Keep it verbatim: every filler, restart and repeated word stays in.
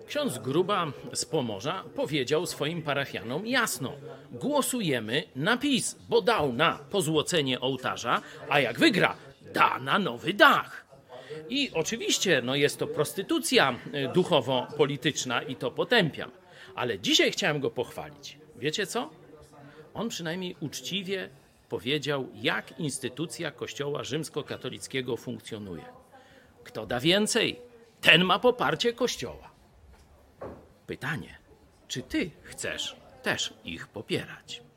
Ksiądz Gruba z Pomorza powiedział swoim parafianom jasno: głosujemy na PiS, bo dał na pozłocenie ołtarza, a jak wygra, da na nowy dach. I oczywiście no jest to prostytucja duchowo-polityczna i to potępiam. Ale dzisiaj chciałem go pochwalić. Wiecie co? On przynajmniej uczciwie powiedział, jak instytucja Kościoła rzymskokatolickiego funkcjonuje. Kto da więcej, ten ma poparcie Kościoła. Pytanie, czy ty chcesz też ich popierać?